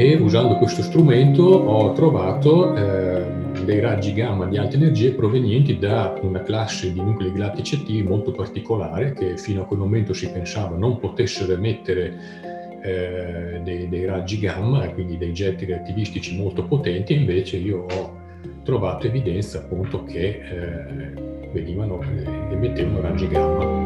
e usando questo strumento ho trovato dei raggi gamma di alta energia provenienti da una classe di nuclei galattici attivi molto particolare che fino a quel momento si pensava non potessero emettere dei raggi gamma e quindi dei jet reattivistici molto potenti, invece io ho trovato evidenza appunto che emettevano raggi gamma.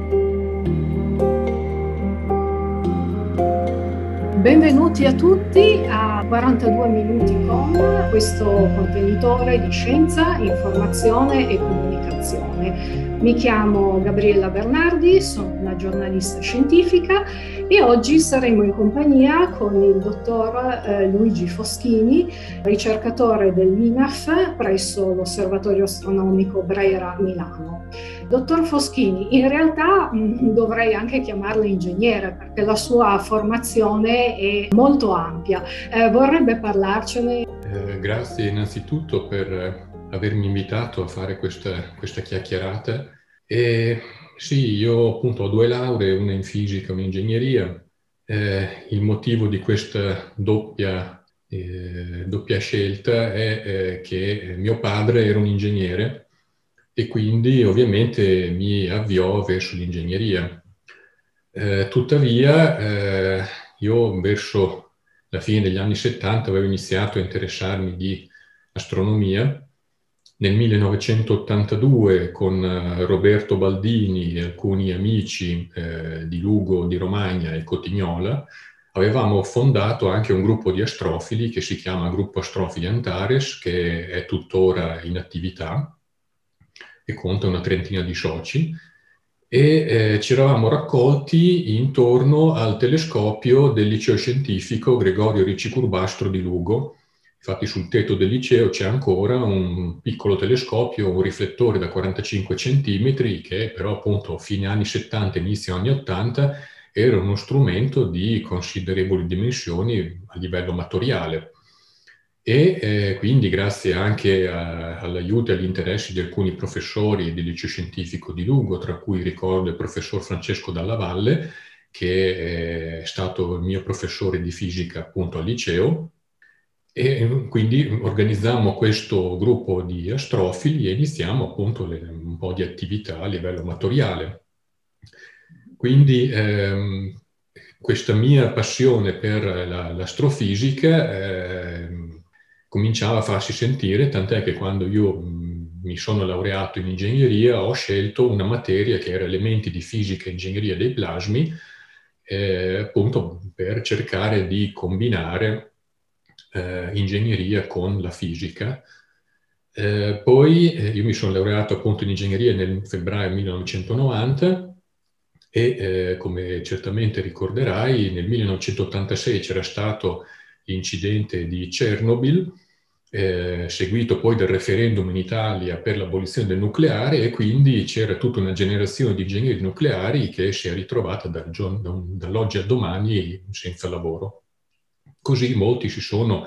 Benvenuti a tutti a 42 minuti con questo contenitore di scienza, informazione e comunicazione. Mi chiamo Gabriella Bernardi, sono una giornalista scientifica e oggi saremo in compagnia con il dottor Luigi Foschini, ricercatore dell'INAF presso l'Osservatorio Astronomico Brera Milano. Dottor Foschini, in realtà dovrei anche chiamarlo ingegnere perché la sua formazione è molto ampia. Vorrebbe parlarcene? Grazie innanzitutto per avermi invitato a fare questa chiacchierata. E sì, io appunto ho 2 lauree, una in fisica e una in ingegneria. Il motivo di questa doppia scelta è che mio padre era un ingegnere e quindi ovviamente mi avviò verso l'ingegneria. Tuttavia, io verso la fine degli anni 70 avevo iniziato a interessarmi di astronomia. Nel 1982 con Roberto Baldini e alcuni amici di Lugo, di Romagna e Cotignola avevamo fondato anche un gruppo di astrofili che si chiama Gruppo Astrofili Antares, che è tuttora in attività e conta una trentina di soci. E ci eravamo raccolti intorno al telescopio del liceo scientifico Gregorio Ricci Curbastro di Lugo. Infatti sul tetto del liceo c'è ancora un piccolo telescopio, un riflettore da 45 centimetri che però appunto fine anni 70, inizio anni 80 era uno strumento di considerevoli dimensioni a livello amatoriale. E quindi grazie anche all'aiuto e agli interessi di alcuni professori del liceo scientifico di Lugo, tra cui ricordo il professor Francesco Dalla Valle, che è stato il mio professore di fisica appunto al liceo, e quindi organizzammo questo gruppo di astrofili e iniziamo appunto un po' di attività a livello amatoriale. Quindi questa mia passione per l'astrofisica cominciava a farsi sentire, tant'è che quando io mi sono laureato in ingegneria ho scelto una materia che era elementi di fisica e ingegneria dei plasmi, appunto per cercare di combinare ingegneria con la fisica. Poi io mi sono laureato appunto in ingegneria nel febbraio 1990 e come certamente ricorderai nel 1986 c'era stato l'incidente di Chernobyl, seguito poi dal referendum in Italia per l'abolizione del nucleare e quindi c'era tutta una generazione di ingegneri nucleari che si è ritrovata dall'oggi al domani senza lavoro. Così molti si sono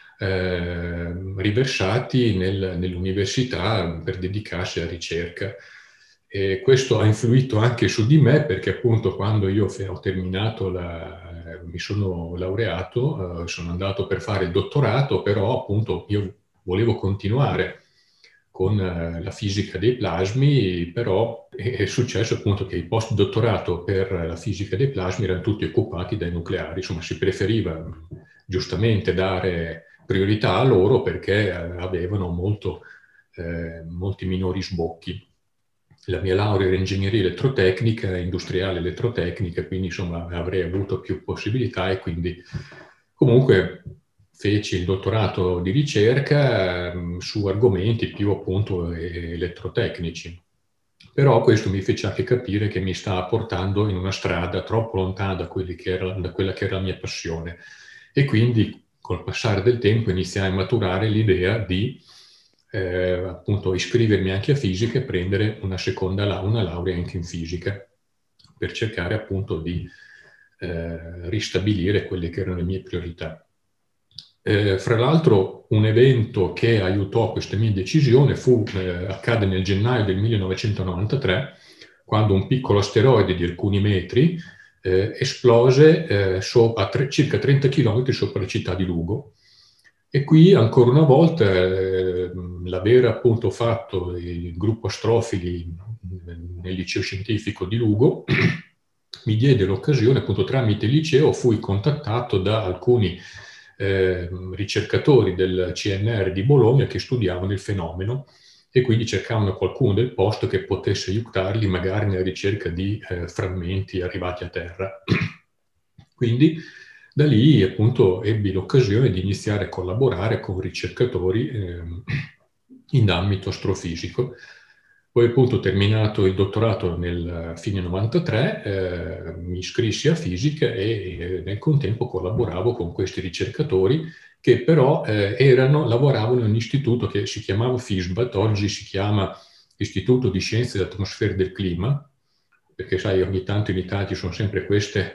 riversati nell'università per dedicarsi alla ricerca. E questo ha influito anche su di me perché appunto quando io ho terminato, mi sono laureato, sono andato per fare il dottorato, però appunto io volevo continuare con la fisica dei plasmi, però è successo appunto che i post-dottorato per la fisica dei plasmi erano tutti occupati dai nucleari, insomma si preferiva giustamente dare priorità a loro perché avevano molti minori sbocchi. La mia laurea era in ingegneria elettrotecnica, industriale elettrotecnica, quindi insomma avrei avuto più possibilità e quindi comunque feci il dottorato di ricerca su argomenti più appunto elettrotecnici. Però questo mi fece anche capire che mi stava portando in una strada troppo lontana da quella che era la mia passione. E quindi col passare del tempo iniziai a maturare l'idea di appunto iscrivermi anche a fisica e prendere una laurea anche in fisica per cercare appunto di ristabilire quelle che erano le mie priorità. Fra l'altro un evento che aiutò questa mia decisione accade nel gennaio del 1993, quando un piccolo asteroide di alcuni metri esplose a circa 30 km sopra la città di Lugo. E qui ancora una volta l'aver appunto fatto il gruppo astrofili nel liceo scientifico di Lugo mi diede l'occasione, appunto tramite il liceo fui contattato da alcuni ricercatori del CNR di Bologna che studiavano il fenomeno e quindi cercavano qualcuno del posto che potesse aiutarli magari nella ricerca di frammenti arrivati a terra. Quindi da lì appunto ebbi l'occasione di iniziare a collaborare con ricercatori in ambito astrofisico. Poi appunto terminato il dottorato nel fine 93, mi iscrissi a fisica e nel contempo collaboravo con questi ricercatori che però lavoravano in un istituto che si chiamava FISBAT, oggi si chiama Istituto di Scienze dell'Atmosfera e del Clima, perché sai, ogni tanto in Italia ci sono sempre queste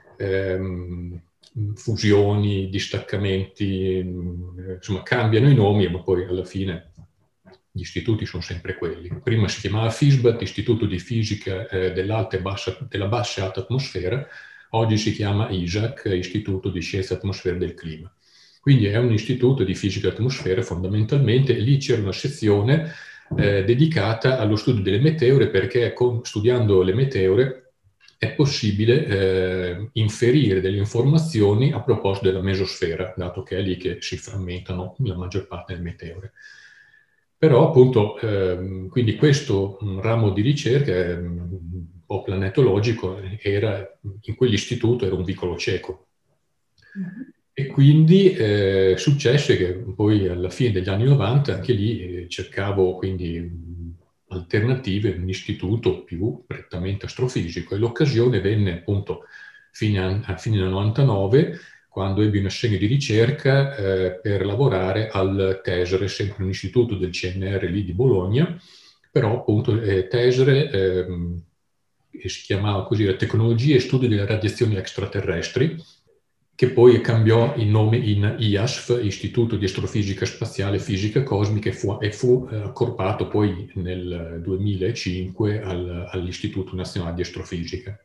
fusioni, distaccamenti, insomma cambiano i nomi, ma poi alla fine gli istituti sono sempre quelli. Prima si chiamava FISBAT, Istituto di Fisica della Bassa e Alta Atmosfera, oggi si chiama ISAC, Istituto di Scienze Atmosfera del Clima. Quindi è un istituto di fisica atmosfera fondamentalmente, e lì c'era una sezione dedicata allo studio delle meteore, perché studiando le meteore è possibile inferire delle informazioni a proposito della mesosfera, dato che è lì che si frammentano la maggior parte delle meteore. Però appunto, quindi questo ramo di ricerca un po' planetologico in quell'istituto era un vicolo cieco. E quindi successe che poi alla fine degli anni 90 anche lì cercavo quindi alternative in un istituto più prettamente astrofisico, e l'occasione venne appunto a fine 99, quando ebbi un assegno di ricerca per lavorare al TESRE, sempre un istituto del CNR lì di Bologna, però appunto TESRE si chiamava così, la Tecnologie e Studi delle Radiazioni Extraterrestri, che poi cambiò il nome in IASF, Istituto di Astrofisica Spaziale e Fisica Cosmica, e fu accorpato poi nel 2005 all'Istituto Nazionale di Astrofisica.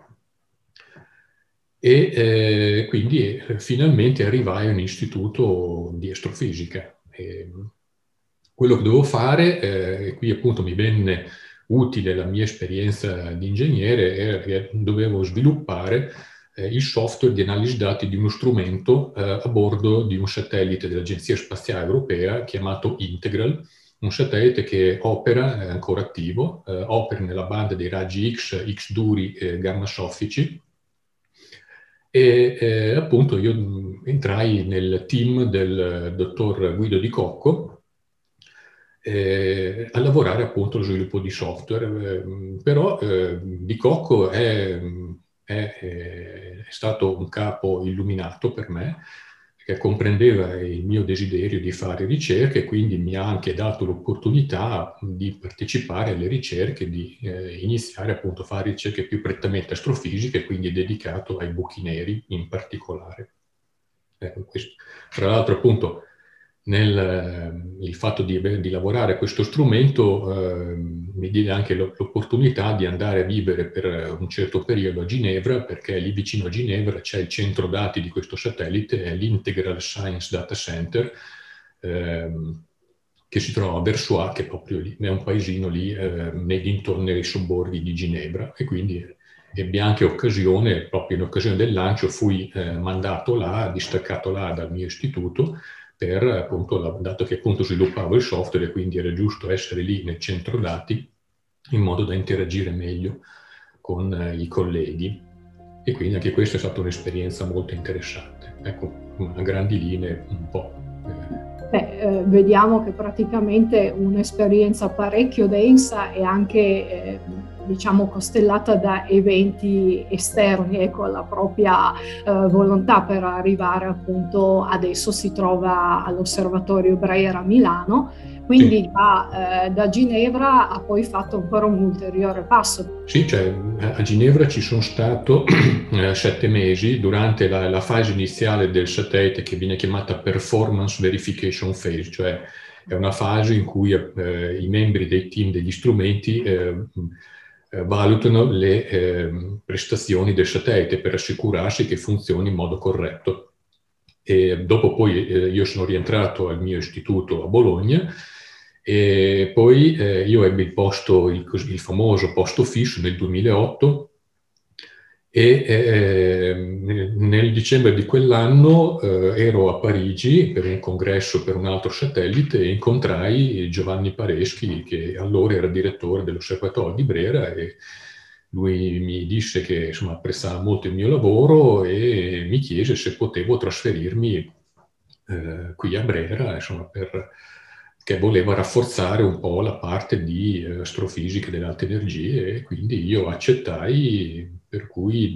E quindi finalmente arrivai a un istituto di astrofisica. Quello che dovevo fare, qui appunto mi venne utile la mia esperienza di ingegnere, era che dovevo sviluppare il software di analisi dati di uno strumento a bordo di un satellite dell'Agenzia Spaziale Europea chiamato Integral, un satellite che opera, è ancora attivo, opera nella banda dei raggi X, X duri e gamma soffici. E appunto io entrai nel team del dottor Guido Di Cocco a lavorare appunto allo sviluppo di software, però Di Cocco è stato un capo illuminato per me, che comprendeva il mio desiderio di fare ricerche, e quindi mi ha anche dato l'opportunità di partecipare alle ricerche, di iniziare appunto a fare ricerche più prettamente astrofisiche, quindi dedicato ai buchi neri in particolare. Tra l'altro appunto il fatto di lavorare a questo strumento mi diede anche l'opportunità di andare a vivere per un certo periodo a Ginevra, perché lì vicino a Ginevra c'è il centro dati di questo satellite, è l'Integral Science Data Center, che si trova a Versoix, che è proprio lì, è un paesino lì nei dintorni dei sobborghi di Ginevra, e quindi ebbi anche occasione, proprio in occasione del lancio, fui mandato là, distaccato là dal mio istituto, per appunto, dato che appunto sviluppavo il software e quindi era giusto essere lì nel centro dati in modo da interagire meglio con i colleghi, e quindi anche questa è stata un'esperienza molto interessante. Ecco, a grandi linee un po'. Vediamo che praticamente un'esperienza parecchio densa e anche diciamo costellata da eventi esterni, ecco, alla propria volontà, per arrivare appunto adesso si trova all'Osservatorio Brera a Milano, quindi sì. Da Ginevra ha poi fatto ancora un ulteriore passo. Sì, cioè a Ginevra ci sono stato 7 mesi durante la fase iniziale del satellite, che viene chiamata Performance Verification Phase, cioè è una fase in cui i membri dei team degli strumenti valutano le prestazioni del satellite per assicurarsi che funzioni in modo corretto. E dopo poi io sono rientrato al mio istituto a Bologna e poi io ebbi il famoso posto fisso nel 2008 e nel dicembre di quell'anno ero a Parigi per un congresso per un altro satellite e incontrai Giovanni Pareschi, che allora era direttore dell'Osservatorio di Brera, e lui mi disse che insomma apprezzava molto il mio lavoro e mi chiese se potevo trasferirmi qui a Brera, insomma, che voleva rafforzare un po' la parte di astrofisica delle alte energie, e quindi io accettai, per cui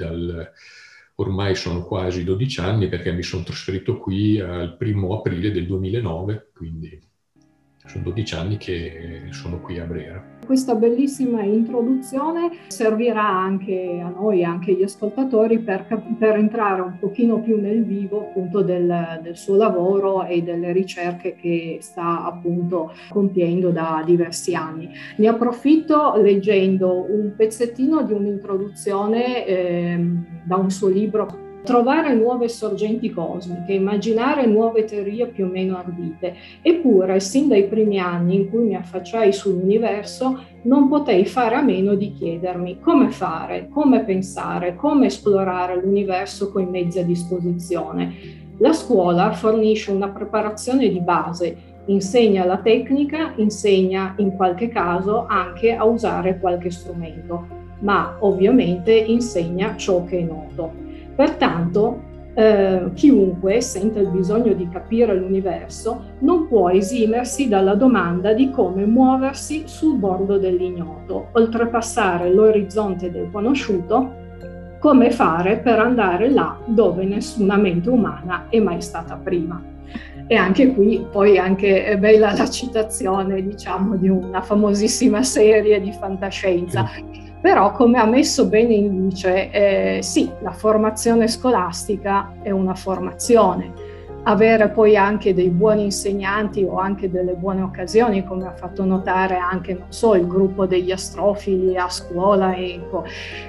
ormai sono quasi 12 anni, perché mi sono trasferito qui al 1° aprile del 2009, quindi sono 12 anni che sono qui a Brera. Questa bellissima introduzione servirà anche a noi, anche agli ascoltatori, per entrare un pochino più nel vivo appunto del suo lavoro e delle ricerche che sta appunto compiendo da diversi anni. Ne approfitto leggendo un pezzettino di un'introduzione da un suo libro. Trovare nuove sorgenti cosmiche, immaginare nuove teorie più o meno ardite. Eppure, sin dai primi anni in cui mi affacciai sull'universo, non potei fare a meno di chiedermi come fare, come pensare, come esplorare l'universo con i mezzi a disposizione. La scuola fornisce una preparazione di base, insegna la tecnica, insegna in qualche caso anche a usare qualche strumento, ma ovviamente insegna ciò che è noto. Pertanto, chiunque senta il bisogno di capire l'universo non può esimersi dalla domanda di come muoversi sul bordo dell'ignoto, oltrepassare l'orizzonte del conosciuto, come fare per andare là dove nessuna mente umana è mai stata prima. E anche qui poi anche è bella la citazione, diciamo, di una famosissima serie di fantascienza. Però, come ha messo bene in luce, sì, la formazione scolastica è una formazione. Avere poi anche dei buoni insegnanti o anche delle buone occasioni, come ha fatto notare anche, non so, il gruppo degli astrofili a scuola, ecco.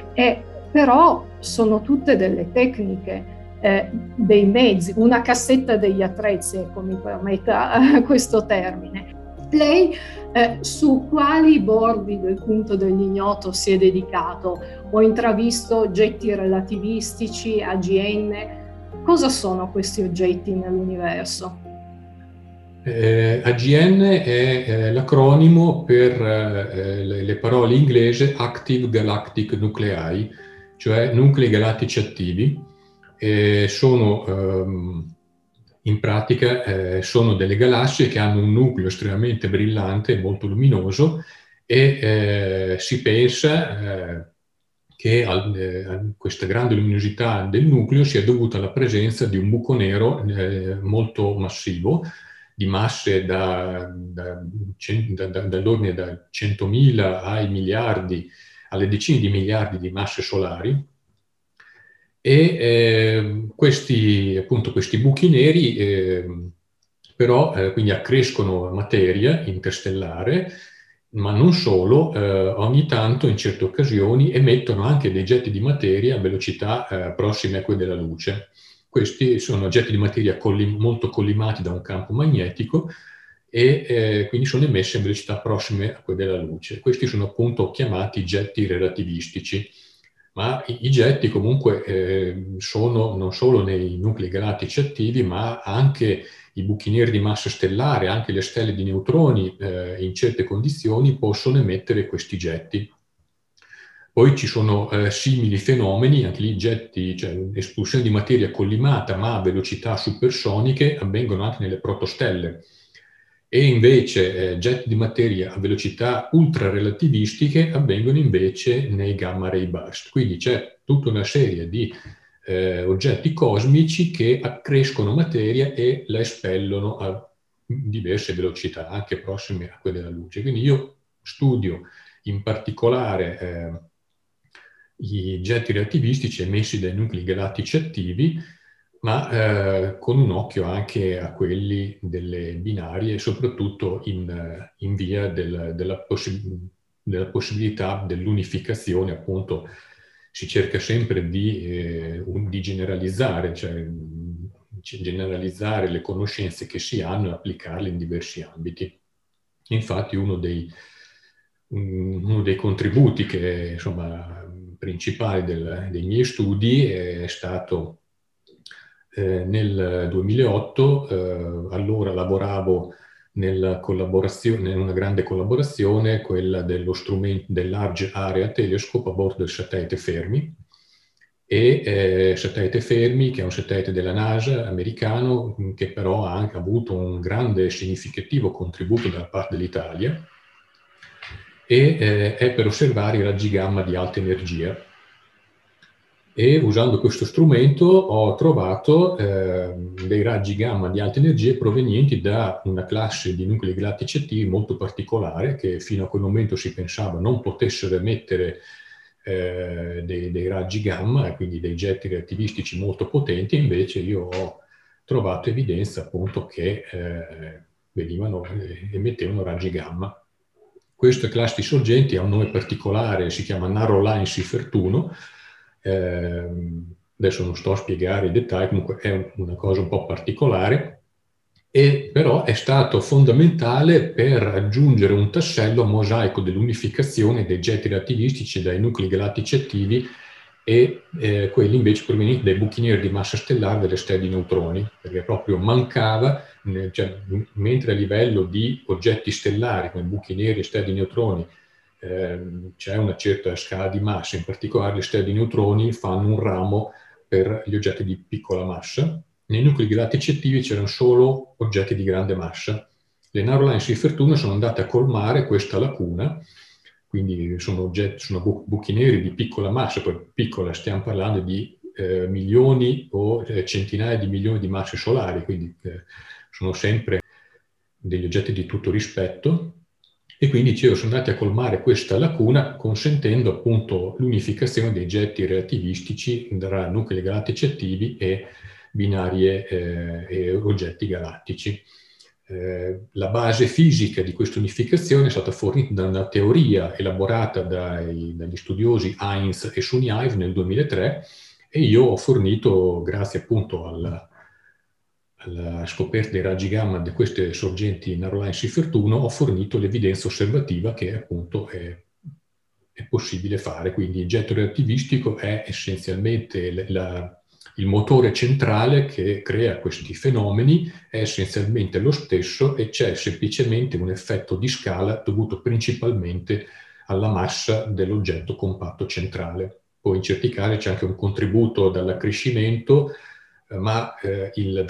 Però sono tutte delle tecniche, dei mezzi, una cassetta degli attrezzi, ecco, mi permetta questo termine. Lei su quali bordi del punto dell'ignoto si è dedicato? Ho intravisto oggetti relativistici, AGN. Cosa sono questi oggetti nell'universo? AGN è l'acronimo per le parole inglese Active Galactic Nuclei, cioè nuclei galattici attivi. In pratica sono delle galassie che hanno un nucleo estremamente brillante e molto luminoso, e si pensa che questa grande luminosità del nucleo sia dovuta alla presenza di un buco nero molto massivo, di masse dall'ordine da 100.000 ai miliardi, alle decine di miliardi di masse solari. E questi buchi neri però quindi accrescono materia interstellare, ma non solo, ogni tanto in certe occasioni emettono anche dei getti di materia a velocità prossime a quelle della luce. Questi sono getti di materia molto collimati da un campo magnetico e quindi sono emessi a velocità prossime a quelle della luce. Questi sono appunto chiamati getti relativistici. Ma i getti comunque sono non solo nei nuclei galattici attivi, ma anche i buchi neri di massa stellare, anche le stelle di neutroni in certe condizioni possono emettere questi getti. Poi ci sono simili fenomeni, anche lì getti, cioè espulsione di materia collimata ma a velocità supersoniche avvengono anche nelle protostelle. E invece getti di materia a velocità ultrarelativistiche avvengono invece nei gamma ray burst. Quindi c'è tutta una serie di oggetti cosmici che accrescono materia e la espellono a diverse velocità, anche prossime a quelle della luce. Quindi io studio in particolare i getti relativistici emessi dai nuclei galattici attivi, ma con un occhio anche a quelli delle binarie, soprattutto in via della possibilità dell'unificazione, appunto, si cerca sempre di generalizzare, cioè generalizzare le conoscenze che si hanno e applicarle in diversi ambiti. Infatti uno dei contributi che, insomma, principali dei miei studi è stato nel 2008, allora lavoravo in una grande collaborazione, quella dello strumento del Large Area Telescope a bordo del satellite Fermi, e satellite Fermi, che è un satellite della NASA americano, che però ha anche avuto un grande e significativo contributo da parte dell'Italia, e è per osservare i raggi gamma di alta energia. E usando questo strumento ho trovato dei raggi gamma di alta energia provenienti da una classe di nuclei galattici attivi molto particolare, che fino a quel momento si pensava non potessero emettere dei raggi gamma, e quindi dei getti reattivistici molto potenti. Invece io ho trovato evidenza appunto che emettevano raggi gamma. Questa classe di sorgenti ha un nome particolare, si chiama Narrow Line Seyfert-1. Adesso non sto a spiegare i dettagli, comunque è una cosa un po' particolare, e però è stato fondamentale per aggiungere un tassello mosaico dell'unificazione dei getti reattivistici dai nuclei galattici attivi e quelli invece provenienti dai buchi neri di massa stellare delle stelle di neutroni, perché proprio mancava, cioè, mentre a livello di oggetti stellari come buchi neri e stelle di neutroni c'è una certa scala di massa, in particolare le stelle di neutroni fanno un ramo per gli oggetti di piccola massa. Nei nuclei galattici attivi c'erano solo oggetti di grande massa. Le Narrow Line Seyfert-1 sono andate a colmare questa lacuna, quindi sono buchi neri di piccola massa, poi piccola stiamo parlando di milioni o centinaia di milioni di masse solari, quindi sono sempre degli oggetti di tutto rispetto. E quindi sono andati a colmare questa lacuna, consentendo appunto l'unificazione dei getti relativistici tra nuclei galattici attivi e binarie e oggetti galattici. La base fisica di questa unificazione è stata fornita da una teoria elaborata dagli studiosi Heinz e Sunyaev nel 2003, e io ho fornito, grazie appunto alla scoperta dei raggi gamma di queste sorgenti Narrow Line Seyfert-1, ho fornito l'evidenza osservativa che appunto è possibile fare. Quindi il getto relativistico è essenzialmente il motore centrale che crea questi fenomeni, è essenzialmente lo stesso, e c'è semplicemente un effetto di scala dovuto principalmente alla massa dell'oggetto compatto centrale. Poi in certi casi c'è anche un contributo dall'accrescimento, ma il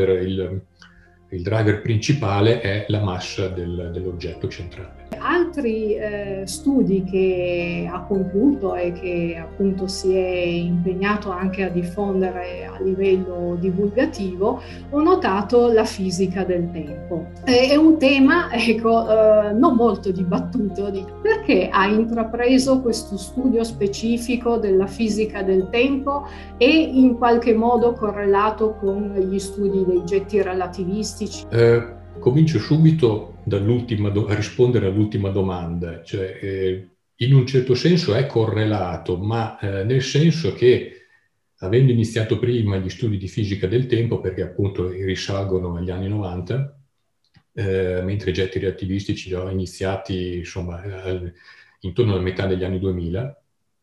driver principale è la massa dell'oggetto centrale. Altri studi che ha compiuto e che appunto si è impegnato anche a diffondere a livello divulgativo, ho notato la fisica del tempo. È un tema, ecco, non molto dibattuto. Perché ha intrapreso questo studio specifico della fisica del tempo e in qualche modo correlato con gli studi dei getti relativistici? Comincio subito a rispondere all'ultima domanda, cioè in un certo senso è correlato, ma nel senso che, avendo iniziato prima gli studi di fisica del tempo, perché appunto risalgono agli anni 90, mentre i getti relativistici li ho iniziati insomma intorno alla metà degli anni 2000,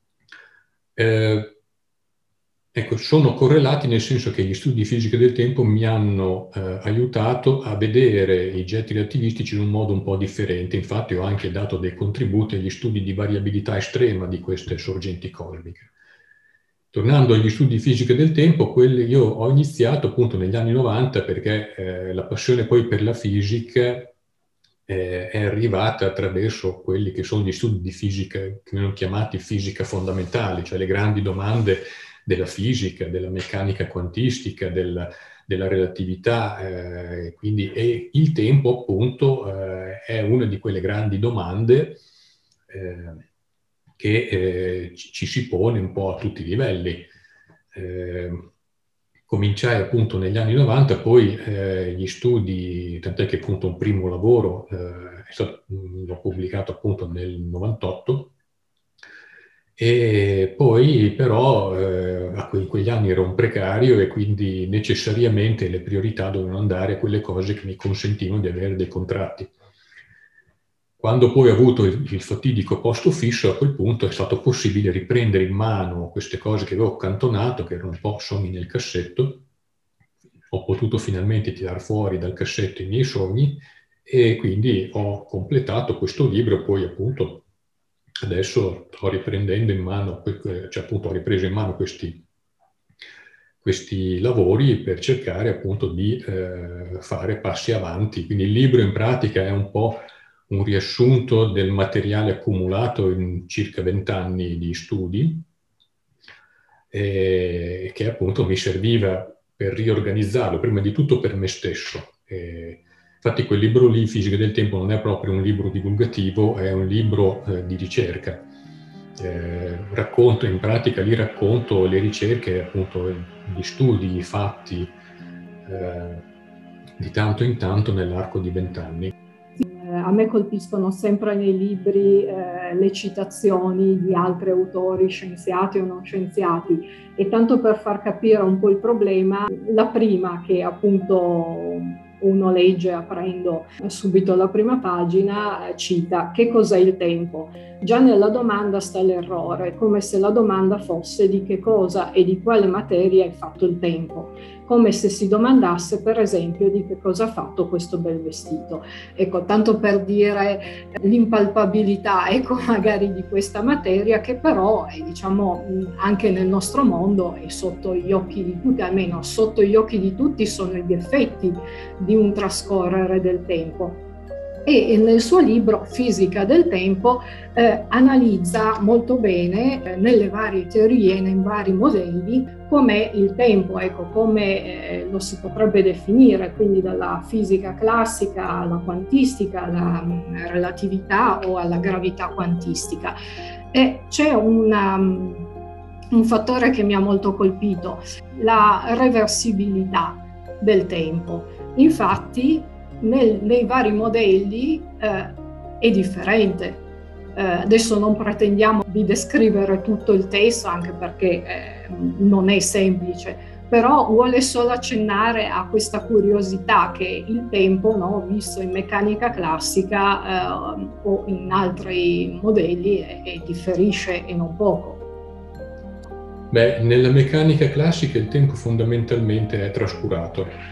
ecco, sono correlati nel senso che gli studi di fisica del tempo mi hanno aiutato a vedere i getti relativistici in un modo un po' differente. Infatti ho anche dato dei contributi agli studi di variabilità estrema di queste sorgenti cosmiche. Tornando agli studi di fisica del tempo, io ho iniziato appunto negli anni 90 perché la passione poi per la fisica è arrivata attraverso quelli che sono gli studi di fisica che vengono chiamati fisica fondamentale, cioè le grandi domande della fisica, della meccanica quantistica, della relatività, quindi il tempo appunto è una di quelle grandi domande che ci si pone un po' a tutti i livelli. cominciai appunto negli anni 90, poi gli studi, tant'è che appunto un primo lavoro l'ho pubblicato appunto nel 98, e poi però in quegli anni ero un precario e quindi necessariamente le priorità dovevano andare a quelle cose che mi consentivano di avere dei contratti. Quando poi ho avuto il fatidico posto fisso, a quel punto è stato possibile riprendere in mano queste cose che avevo accantonato, che erano un po' sogni nel cassetto. Ho potuto finalmente tirar fuori dal cassetto i miei sogni e quindi ho completato questo libro. Poi appunto adesso sto riprendendo in mano, cioè appunto ho ripreso in mano questi lavori per cercare appunto di fare passi avanti. Quindi il libro in pratica è un po' un riassunto del materiale accumulato in circa 20 anni di studi, che appunto mi serviva per riorganizzarlo, prima di tutto per me stesso. Infatti quel libro lì, Fisica del tempo, non è proprio un libro divulgativo, è un libro di ricerca. In pratica lì racconto le ricerche, appunto gli studi fatti di tanto in tanto nell'arco di 20 anni. A me colpiscono sempre nei libri le citazioni di altri autori, scienziati o non scienziati, e tanto per far capire un po' il problema, la prima che appunto uno legge aprendo subito la prima pagina cita: che cos'è il tempo? Già nella domanda sta l'errore, come se la domanda fosse di che cosa e di quale materia è fatto il tempo, come se si domandasse per esempio di che cosa ha fatto questo bel vestito. Ecco, tanto per dire l'impalpabilità, ecco, magari di questa materia, che però è, diciamo, anche nel nostro mondo è sotto gli occhi di tutti, almeno sotto gli occhi di tutti sono gli effetti di un trascorrere del tempo. E nel suo libro Fisica del tempo analizza molto bene nelle varie teorie, nei vari modelli, com'è il tempo, ecco, come lo si potrebbe definire, quindi dalla fisica classica alla quantistica, alla relatività o alla gravità quantistica. E c'è un fattore che mi ha molto colpito, la reversibilità del tempo. Infatti nei vari modelli è differente. Adesso non pretendiamo di descrivere tutto il testo, anche perché non è semplice, però vuole solo accennare a questa curiosità che il tempo, no, visto in meccanica classica o in altri modelli, differisce e non poco. Beh, nella meccanica classica il tempo fondamentalmente è trascurato.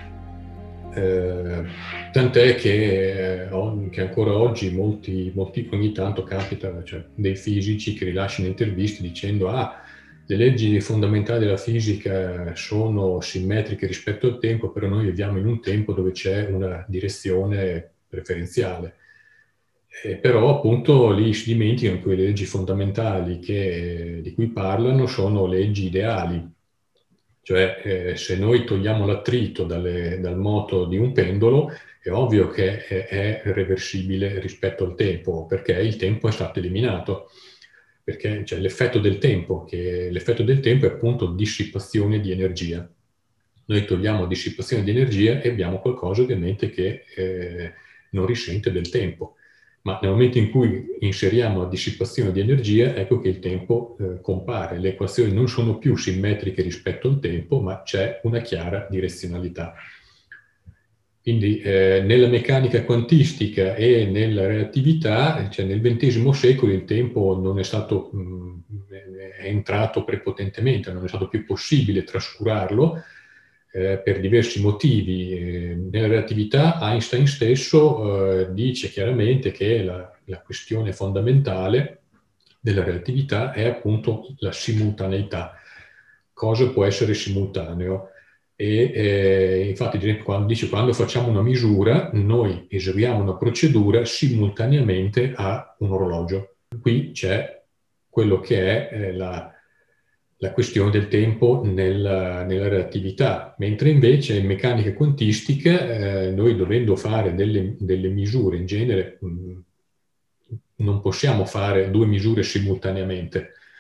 Tant'è che ancora oggi molti ogni tanto capita, cioè, dei fisici che rilasciano interviste dicendo le leggi fondamentali della fisica sono simmetriche rispetto al tempo, però noi viviamo in un tempo dove c'è una direzione preferenziale. Però appunto lì si dimenticano che le leggi fondamentali di cui parlano sono leggi ideali. Cioè, se noi togliamo l'attrito dal moto di un pendolo, è ovvio che è reversibile rispetto al tempo, perché il tempo è stato eliminato. Perché c'è l'effetto del tempo è appunto dissipazione di energia. Noi togliamo dissipazione di energia e abbiamo qualcosa ovviamente che non risente del tempo. Ma nel momento in cui inseriamo la dissipazione di energia, ecco che il tempo compare. Le equazioni non sono più simmetriche rispetto al tempo, ma c'è una chiara direzionalità. Quindi nella meccanica quantistica e nella relatività, cioè nel XX secolo il tempo non è stato, è entrato prepotentemente, non è stato più possibile trascurarlo, per diversi motivi. Nella relatività Einstein stesso dice chiaramente che la questione fondamentale della relatività è appunto la simultaneità. Cosa può essere simultaneo? E infatti quando facciamo una misura, noi eseguiamo una procedura simultaneamente a un orologio. Qui c'è quello che è la questione del tempo nella relatività, mentre invece in meccanica quantistica noi dovendo fare delle misure, in genere non possiamo fare due misure simultaneamente,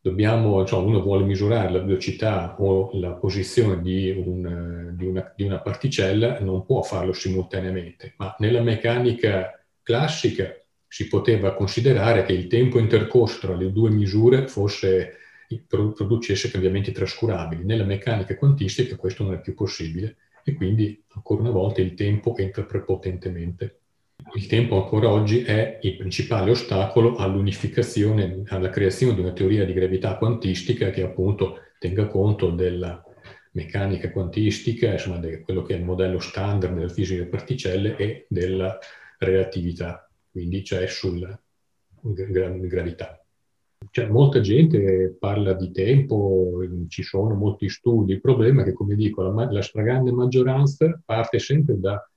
cioè uno vuole misurare la velocità o la posizione di una particella, non può farlo simultaneamente, ma nella meccanica classica si poteva considerare che il tempo intercorso tra le due misure producesse cambiamenti trascurabili. Nella meccanica quantistica questo non è più possibile e quindi, ancora una volta, il tempo entra prepotentemente. Il tempo ancora oggi è il principale ostacolo all'unificazione, alla creazione di una teoria di gravità quantistica che appunto tenga conto della meccanica quantistica, insomma, di quello che è il modello standard della fisica delle particelle e della relatività, quindi cioè sulla gravità. Cioè, molta gente parla di tempo, ci sono molti studi, il problema è che, come dico, la stragrande maggioranza parte sempre da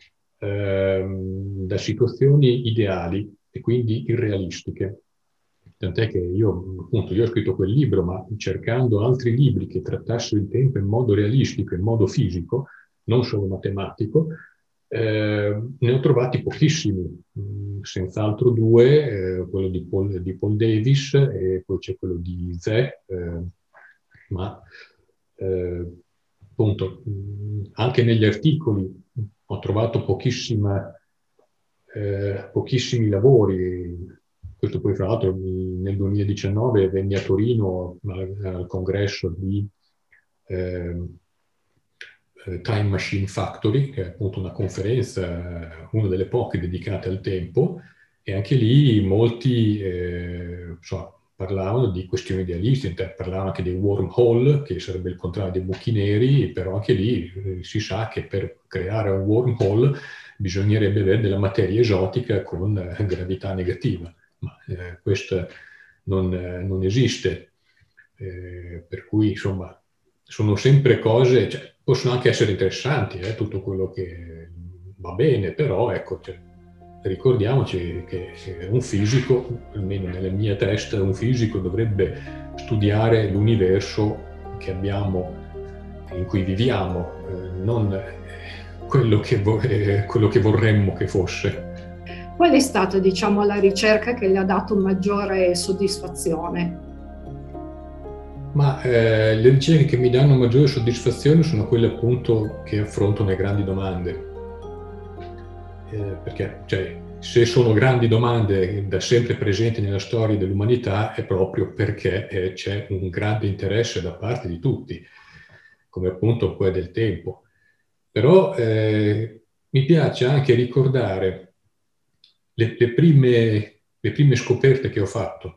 situazioni ideali e quindi irrealistiche. Tant'è che io ho scritto quel libro, ma cercando altri libri che trattassero il tempo in modo realistico, in modo fisico, non solo matematico, ne ho trovati pochissimi, senz'altro due, quello di Paul Davies e poi c'è quello di Zhe, ma appunto anche negli articoli ho trovato pochissimi lavori. Questo poi, fra l'altro, nel 2019 venni a Torino al congresso di Time Machine Factory, che è appunto una conferenza, una delle poche dedicate al tempo, e anche lì molti parlavano di questioni idealistiche, parlavano anche dei wormhole, che sarebbe il contrario dei buchi neri, però anche lì si sa che per creare un wormhole bisognerebbe avere della materia esotica con gravità negativa, ma questa non esiste, per cui insomma sono sempre cose, cioè, possono anche essere interessanti, tutto quello che va bene, però ecco, ricordiamoci che un fisico, almeno nella mia testa, un fisico dovrebbe studiare l'universo che abbiamo, in cui viviamo, non quello che vorremmo che fosse. Qual è stata, diciamo, la ricerca che le ha dato maggiore soddisfazione? Ma le ricerche che mi danno maggiore soddisfazione sono quelle appunto che affrontano le grandi domande. Perché cioè, se sono grandi domande da sempre presenti nella storia dell'umanità è proprio perché c'è un grande interesse da parte di tutti, come appunto quello del tempo. Però mi piace anche ricordare le prime scoperte che ho fatto,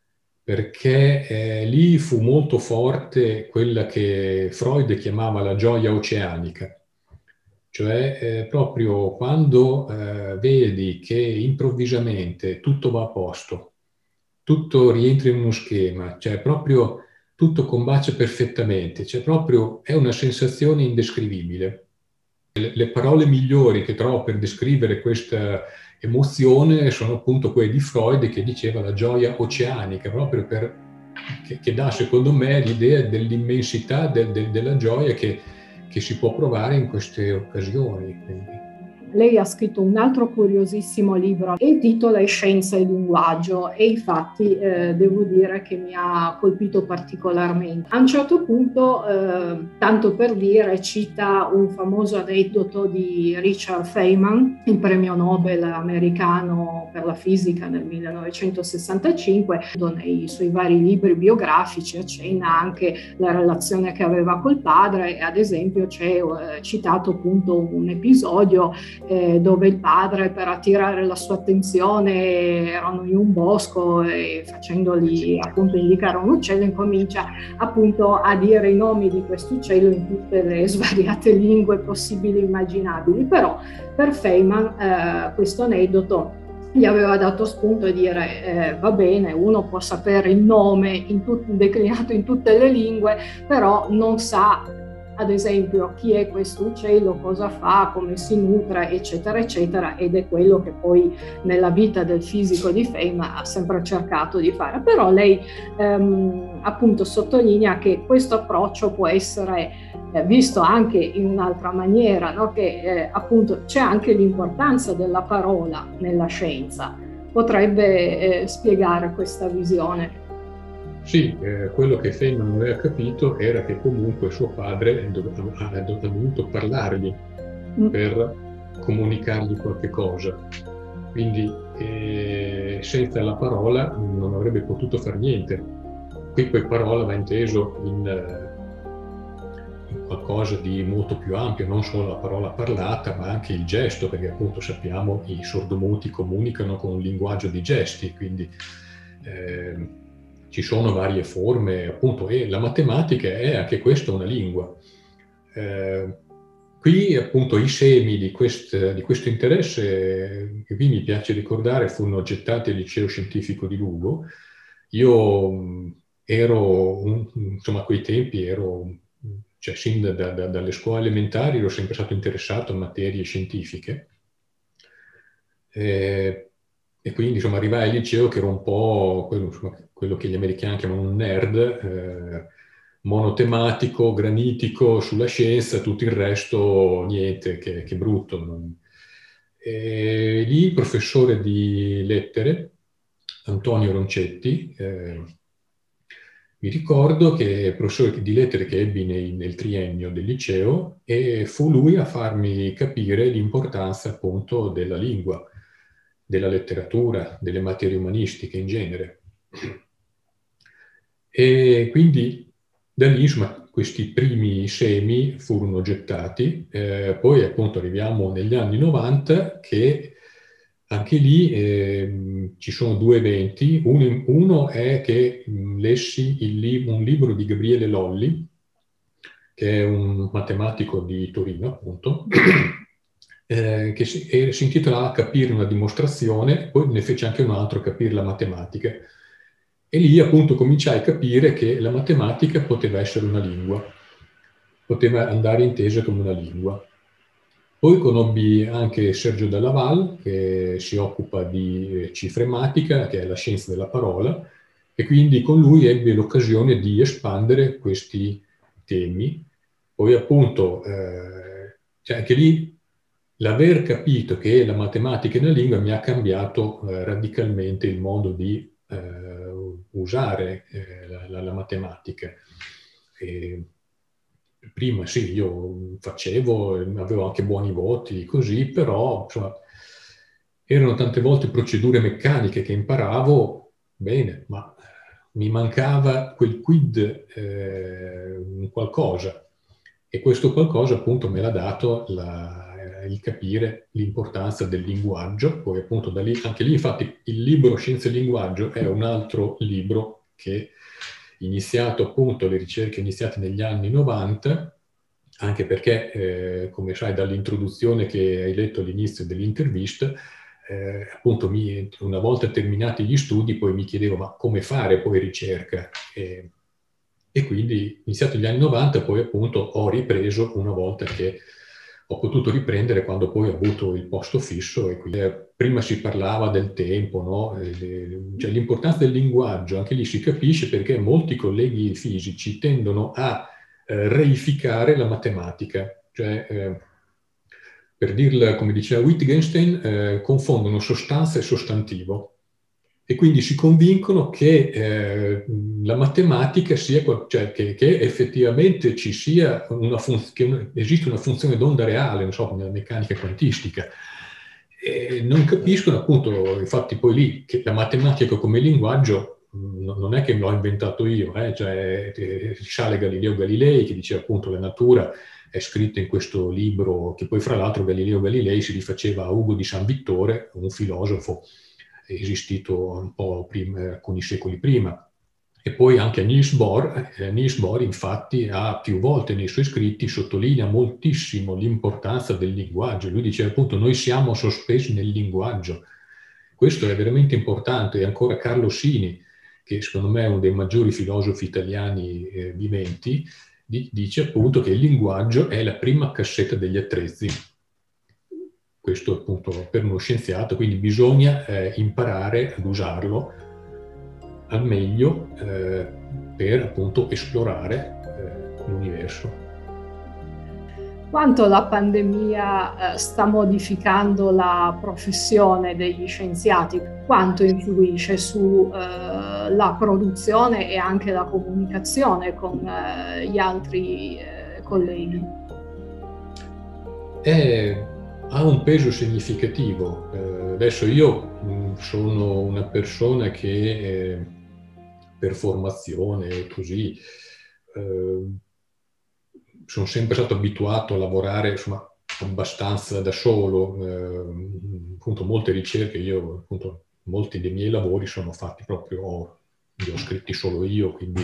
perché lì fu molto forte quella che Freud chiamava la gioia oceanica. Cioè proprio quando vedi che improvvisamente tutto va a posto, tutto rientra in uno schema, cioè proprio tutto combacia perfettamente, cioè proprio è una sensazione indescrivibile. Le parole migliori che trovo per descrivere questa emozione sono appunto quelle di Freud, che diceva la gioia oceanica, proprio che dà secondo me l'idea dell'immensità della gioia che si può provare in queste occasioni. Quindi. Lei ha scritto un altro curiosissimo libro, il titolo è Scienza e linguaggio, e infatti devo dire che mi ha colpito particolarmente. A un certo punto, tanto per dire, cita un famoso aneddoto di Richard Feynman, il premio Nobel americano per la fisica nel 1965, nei suoi vari libri biografici accenna anche la relazione che aveva col padre, e ad esempio c'è citato appunto un episodio dove il padre, per attirare la sua attenzione, erano in un bosco e facendogli appunto indicare un uccello, incomincia appunto a dire i nomi di questo uccello in tutte le svariate lingue possibili e immaginabili. Però per Feynman questo aneddoto gli aveva dato spunto a dire va bene, uno può sapere il nome declinato in tutte le lingue, però non sa ad esempio chi è questo uccello, cosa fa, come si nutre, eccetera, eccetera, ed è quello che poi nella vita del fisico di Feynman ha sempre cercato di fare. Però lei appunto sottolinea che questo approccio può essere visto anche in un'altra maniera, no? Che appunto c'è anche l'importanza della parola nella scienza. Potrebbe spiegare questa visione? Sì, quello che Feynman non aveva capito era che comunque suo padre ha dovuto parlargli per comunicargli qualche cosa. Quindi senza la parola non avrebbe potuto fare niente. Qui poi parola va inteso in qualcosa di molto più ampio, non solo la parola parlata, ma anche il gesto, perché appunto sappiamo i sordomuti comunicano con un linguaggio di gesti, quindi ci sono varie forme, appunto, e la matematica è anche questa una lingua. Qui appunto i semi di questo interesse, che qui mi piace ricordare, furono gettati al liceo scientifico di Lugo. Io insomma, a quei tempi cioè sin dalle scuole elementari ero sempre stato interessato a materie scientifiche. E quindi insomma arrivai al liceo che ero un po' quello che gli americani chiamano un nerd, monotematico, granitico sulla scienza, tutto il resto niente, che brutto. E lì il professore di lettere, Antonio Roncetti, mi ricordo che il professore di lettere che ebbi nel triennio del liceo, e fu lui a farmi capire l'importanza appunto della lingua, della letteratura, delle materie umanistiche in genere. E quindi da lì, insomma, questi primi semi furono gettati, poi appunto arriviamo negli anni 90 che anche lì ci sono due eventi. Uno è che lessi un libro di Gabriele Lolli, che è un matematico di Torino, appunto, che si intitolava Capire una dimostrazione, poi ne fece anche un altro, Capire la matematica. E lì appunto cominciai a capire che la matematica poteva essere una lingua, poteva andare intesa come una lingua. Poi conobbi anche Sergio Della Valle, che si occupa di cifrematica, che è la scienza della parola, e quindi con lui ebbe l'occasione di espandere questi temi. Poi appunto, cioè anche lì, l'aver capito che la matematica è una lingua mi ha cambiato radicalmente il modo di usare la matematica. Prima sì, io avevo anche buoni voti, così, però insomma, erano tante volte procedure meccaniche che imparavo bene, ma mi mancava quel quid, qualcosa. E questo qualcosa appunto me l'ha dato il capire l'importanza del linguaggio. Poi appunto da lì, anche lì infatti il libro Scienza e Linguaggio è un altro libro che iniziato appunto le ricerche iniziate negli anni 90, anche perché, come sai dall'introduzione che hai letto all'inizio dell'intervista, appunto una volta terminati gli studi poi mi chiedevo ma come fare poi ricerca? E quindi iniziato gli anni 90 poi appunto ho ripreso una volta che ho potuto riprendere quando poi ho avuto il posto fisso e quindi prima si parlava del tempo, no? Cioè l'importanza del linguaggio, anche lì si capisce perché molti colleghi fisici tendono a reificare la matematica, cioè per dirla come diceva Wittgenstein, confondono sostanza e sostantivo. E quindi si convincono che la matematica sia, cioè che effettivamente ci sia che esiste una funzione d'onda reale, non so, come la meccanica quantistica. E non capiscono appunto, infatti poi lì, che la matematica come linguaggio non è che l'ho inventato io, cioè risale Galileo Galilei che diceva appunto la natura è scritta in questo libro, che poi fra l'altro Galileo Galilei si rifaceva a Ugo di San Vittore, un filosofo esistito un po' prima, alcuni secoli prima. E poi anche Niels Bohr. Niels Bohr infatti ha più volte nei suoi scritti sottolinea moltissimo l'importanza del linguaggio. Lui dice appunto noi siamo sospesi nel linguaggio. Questo è veramente importante. E ancora Carlo Sini, che secondo me è uno dei maggiori filosofi italiani viventi, dice appunto che il linguaggio è la prima cassetta degli attrezzi. Questo appunto per uno scienziato, quindi bisogna imparare ad usarlo al meglio per appunto esplorare l'universo. Quanto la pandemia sta modificando la professione degli scienziati? Quanto influisce su la produzione e anche la comunicazione con gli altri colleghi? Ha un peso significativo. Adesso io sono una persona che per formazione così sono sempre stato abituato a lavorare, insomma, abbastanza da solo. Appunto, molte ricerche, appunto, molti dei miei lavori sono fatti proprio, li ho scritti solo io, quindi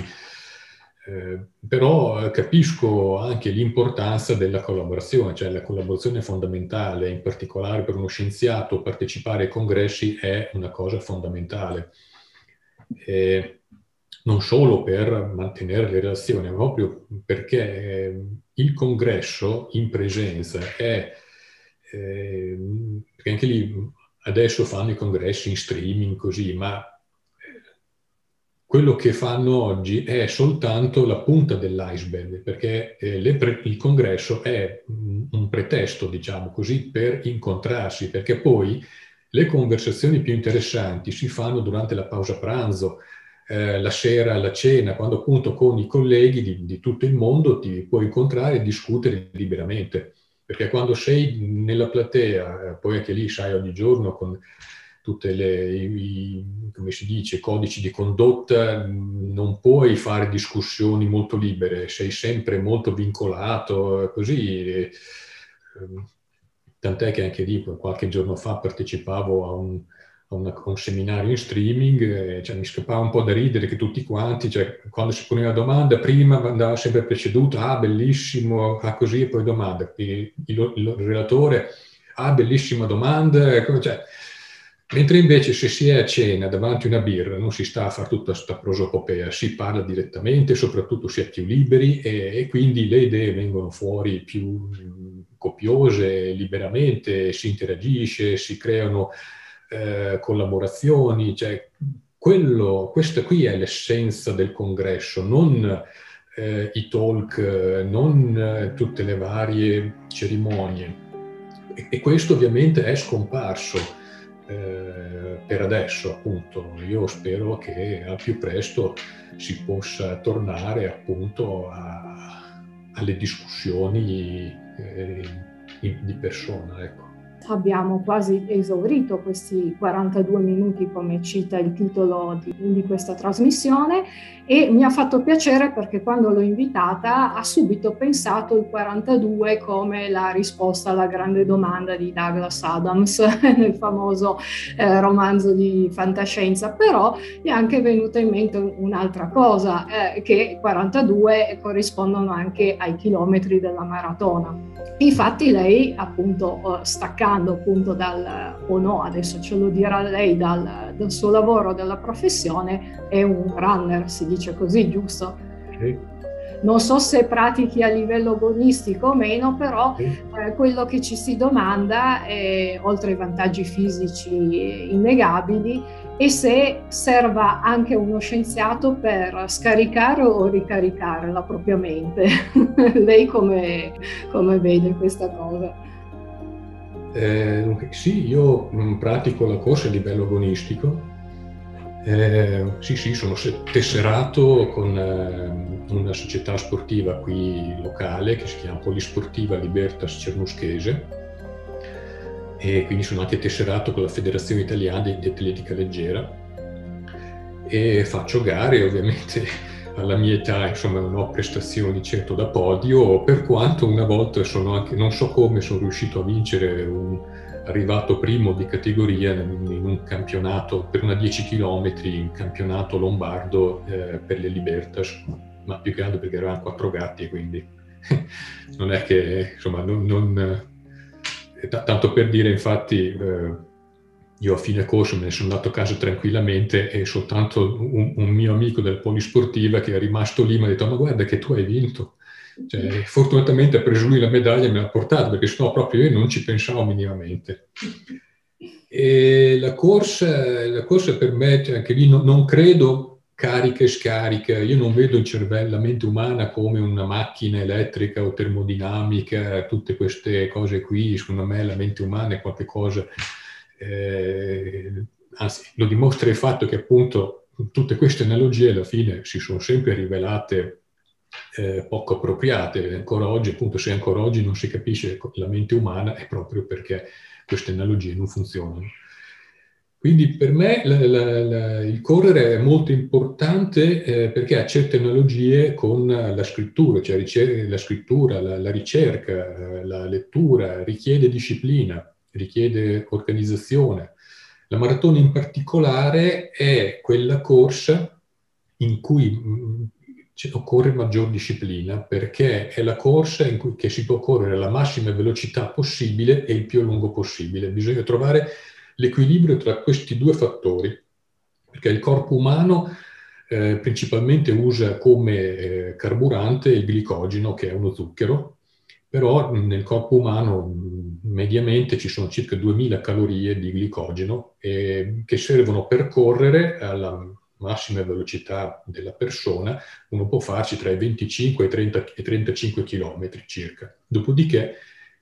però capisco anche l'importanza della collaborazione, cioè la collaborazione è fondamentale, in particolare per uno scienziato partecipare ai congressi è una cosa fondamentale. Non solo per mantenere le relazioni, ma proprio perché il congresso in presenza è, perché anche lì adesso fanno i congressi in streaming così, ma quello che fanno oggi è soltanto la punta dell'iceberg, perché il congresso è un pretesto, diciamo così, per incontrarsi, perché poi le conversazioni più interessanti si fanno durante la pausa pranzo, la sera alla cena, quando appunto con i colleghi di tutto il mondo ti puoi incontrare e discutere liberamente. Perché quando sei nella platea, poi anche lì sai ogni giorno con tutte come si dice, codici di condotta, non puoi fare discussioni molto libere, sei sempre molto vincolato, così. Tant'è che anche lì qualche giorno fa partecipavo a un seminario in streaming, cioè, mi scappava un po' da ridere che tutti quanti, cioè, quando si poneva una domanda, prima andava sempre preceduto, bellissimo, così, e poi domanda. Il relatore, bellissima domanda, cioè, mentre invece se si è a cena davanti a una birra non si sta a fare tutta questa prosopopea, si parla direttamente, soprattutto si è più liberi e quindi le idee vengono fuori più copiose, liberamente, si interagisce, si creano collaborazioni, cioè questa qui è l'essenza del congresso, non i talk, non tutte le varie cerimonie. E questo ovviamente è scomparso per adesso, appunto. Io spero che al più presto si possa tornare appunto alle discussioni di persona, ecco. Abbiamo quasi esaurito questi 42 minuti, come cita il titolo di questa trasmissione, e mi ha fatto piacere perché quando l'ho invitata ha subito pensato il 42 come la risposta alla grande domanda di Douglas Adams nel famoso romanzo di fantascienza, però mi è anche venuta in mente un'altra cosa, che 42 corrispondono anche ai chilometri della maratona. Infatti lei, appunto, staccando appunto o no, adesso ce lo dirà lei, dal suo lavoro, dalla professione, è un runner, si dice così, giusto? Sì. Non so se pratichi a livello agonistico o meno, però quello che ci si domanda è, oltre ai vantaggi fisici innegabili, e se serva anche uno scienziato per scaricare o ricaricare la propria mente. Lei come vede questa cosa? Sì, io pratico la corsa a livello agonistico. Sì, sono tesserato con una società sportiva qui locale che si chiama Polisportiva Libertas Cernuschese, e quindi sono anche tesserato con la Federazione Italiana di Atletica Leggera e faccio gare. Ovviamente alla mia età, insomma, non ho prestazioni certo da podio, per quanto una volta non so come, sono riuscito a vincere arrivato primo di categoria in un campionato per una 10 km, un campionato lombardo per le Libertas, ma più che altro perché eravamo 4 gatti, e quindi non è che, insomma, tanto per dire, infatti io a fine corso me ne sono andato a casa tranquillamente e soltanto un mio amico del Polisportiva che è rimasto lì mi ha detto: ma guarda che tu hai vinto. Cioè, fortunatamente ha preso lui la medaglia e me l'ha portata, perché sennò proprio io non ci pensavo minimamente. E la corsa per me, cioè, anche lì non credo carica e scarica, io non vedo il cervello, la mente umana come una macchina elettrica o termodinamica, tutte queste cose qui. Secondo me la mente umana è qualche cosa, anzi lo dimostra il fatto che appunto tutte queste analogie alla fine si sono sempre rivelate poco appropriate. Ancora oggi, appunto, se ancora oggi non si capisce la mente umana è proprio perché queste analogie non funzionano. Quindi per me il correre è molto importante perché ha certe analogie con la scrittura, cioè la scrittura, la ricerca, la lettura, richiede disciplina, richiede organizzazione. La maratona in particolare è quella corsa in cui occorre maggior disciplina, perché è la corsa in cui che si può correre alla massima velocità possibile e il più a lungo possibile. Bisogna trovare l'equilibrio tra questi due fattori, perché il corpo umano principalmente usa come carburante il glicogeno, che è uno zucchero, però nel corpo umano mediamente ci sono circa 2000 calorie di glicogeno che servono per correre alla massima velocità della persona. Uno può farci tra i 25 e 35 km circa. Dopodiché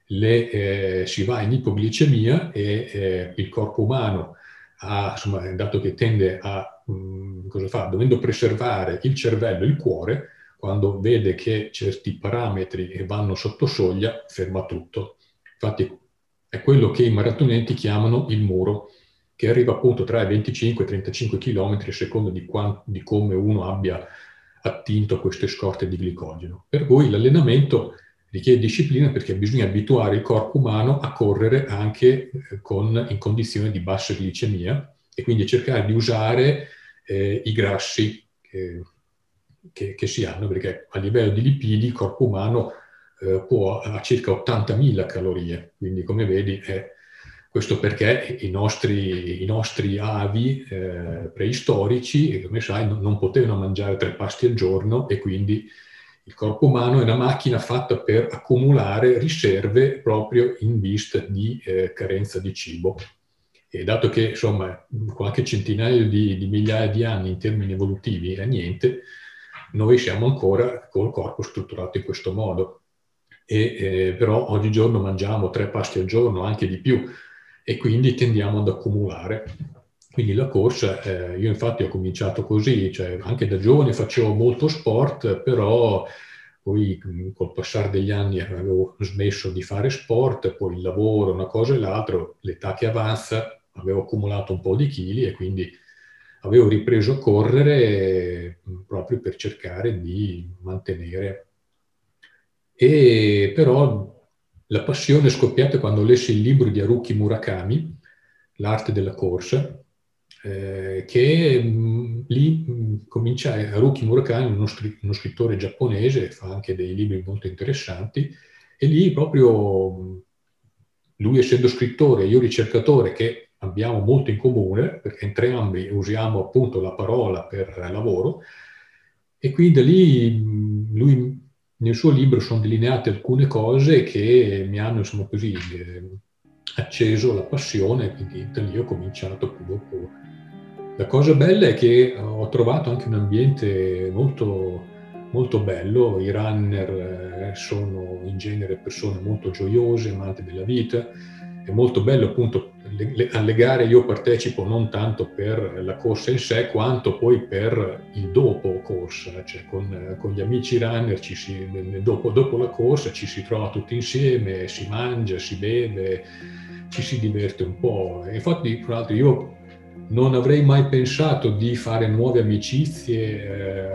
si va in ipoglicemia e il corpo umano, insomma, dato che tende a, cosa fa? Dovendo preservare il cervello e il cuore, quando vede che certi parametri vanno sotto soglia, ferma tutto. Infatti è quello che i maratoneti chiamano il muro, che arriva appunto tra i 25 e i 35 km a seconda di come uno abbia attinto queste scorte di glicogeno. Per cui l'allenamento richiede disciplina perché bisogna abituare il corpo umano a correre anche in condizioni di bassa glicemia e quindi cercare di usare i grassi che si hanno, perché a livello di lipidi il corpo umano ha circa 80.000 calorie, quindi come vedi questo perché i nostri avi preistorici, come sai, non potevano mangiare 3 pasti al giorno e quindi il corpo umano è una macchina fatta per accumulare riserve proprio in vista di carenza di cibo. E dato che, insomma, qualche centinaio di migliaia di anni in termini evolutivi è niente, noi siamo ancora col corpo strutturato in questo modo. Però oggigiorno mangiamo 3 pasti al giorno, anche di più, e quindi tendiamo ad accumulare. Quindi la corsa, io infatti ho cominciato così, cioè anche da giovane facevo molto sport, però poi col passare degli anni avevo smesso di fare sport, poi il lavoro, una cosa e l'altra, l'età che avanza, avevo accumulato un po' di chili e quindi avevo ripreso a correre proprio per cercare di mantenere. E però la passione è scoppiata quando lessi il libro di Haruki Murakami, L'arte della corsa, che lì cominciai. Haruki Murakami, uno scrittore giapponese, fa anche dei libri molto interessanti, e lì proprio lui essendo scrittore e io ricercatore, che abbiamo molto in comune, perché entrambi usiamo appunto la parola per lavoro, e quindi da lì lui nel suo libro sono delineate alcune cose che mi hanno, insomma, così acceso la passione, quindi da lì ho cominciato più dopo. La cosa bella è che ho trovato anche un ambiente molto, molto bello. I runner sono in genere persone molto gioiose, amanti della vita. È molto bello appunto alle gare. Io partecipo non tanto per la corsa in sé quanto poi per il dopo corsa, cioè con gli amici runner dopo la corsa ci si trova tutti insieme, si mangia, si beve, ci si diverte un po'. E infatti, tra l'altro, io non avrei mai pensato di fare nuove amicizie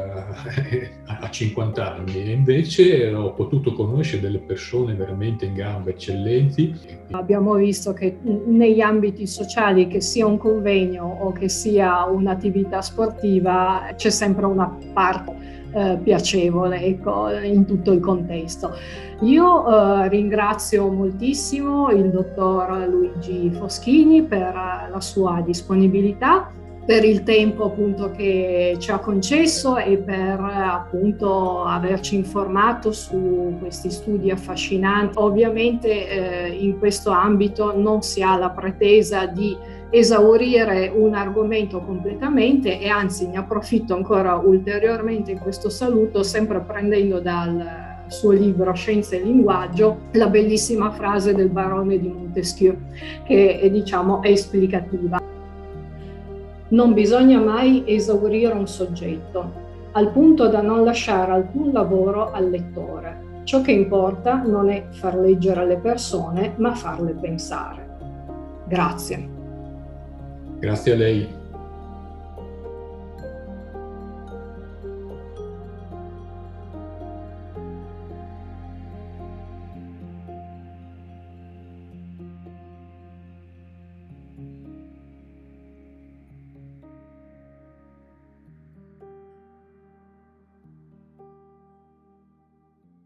a 50 anni e invece ho potuto conoscere delle persone veramente in gamba, eccellenti. Abbiamo visto che negli ambiti sociali, che sia un convegno o che sia un'attività sportiva, c'è sempre una parte piacevole, ecco, in tutto il contesto. Io ringrazio moltissimo il dottor Luigi Foschini per la sua disponibilità, per il tempo appunto che ci ha concesso e per appunto averci informato su questi studi affascinanti. Ovviamente in questo ambito non si ha la pretesa di esaurire un argomento completamente e anzi ne approfitto ancora ulteriormente in questo saluto, sempre prendendo dal suo libro Scienza e linguaggio la bellissima frase del barone di Montesquieu che diciamo è esplicativa. Non bisogna mai esaurire un soggetto, al punto da non lasciare alcun lavoro al lettore. Ciò che importa non è far leggere alle persone, ma farle pensare. Grazie. Grazie a lei.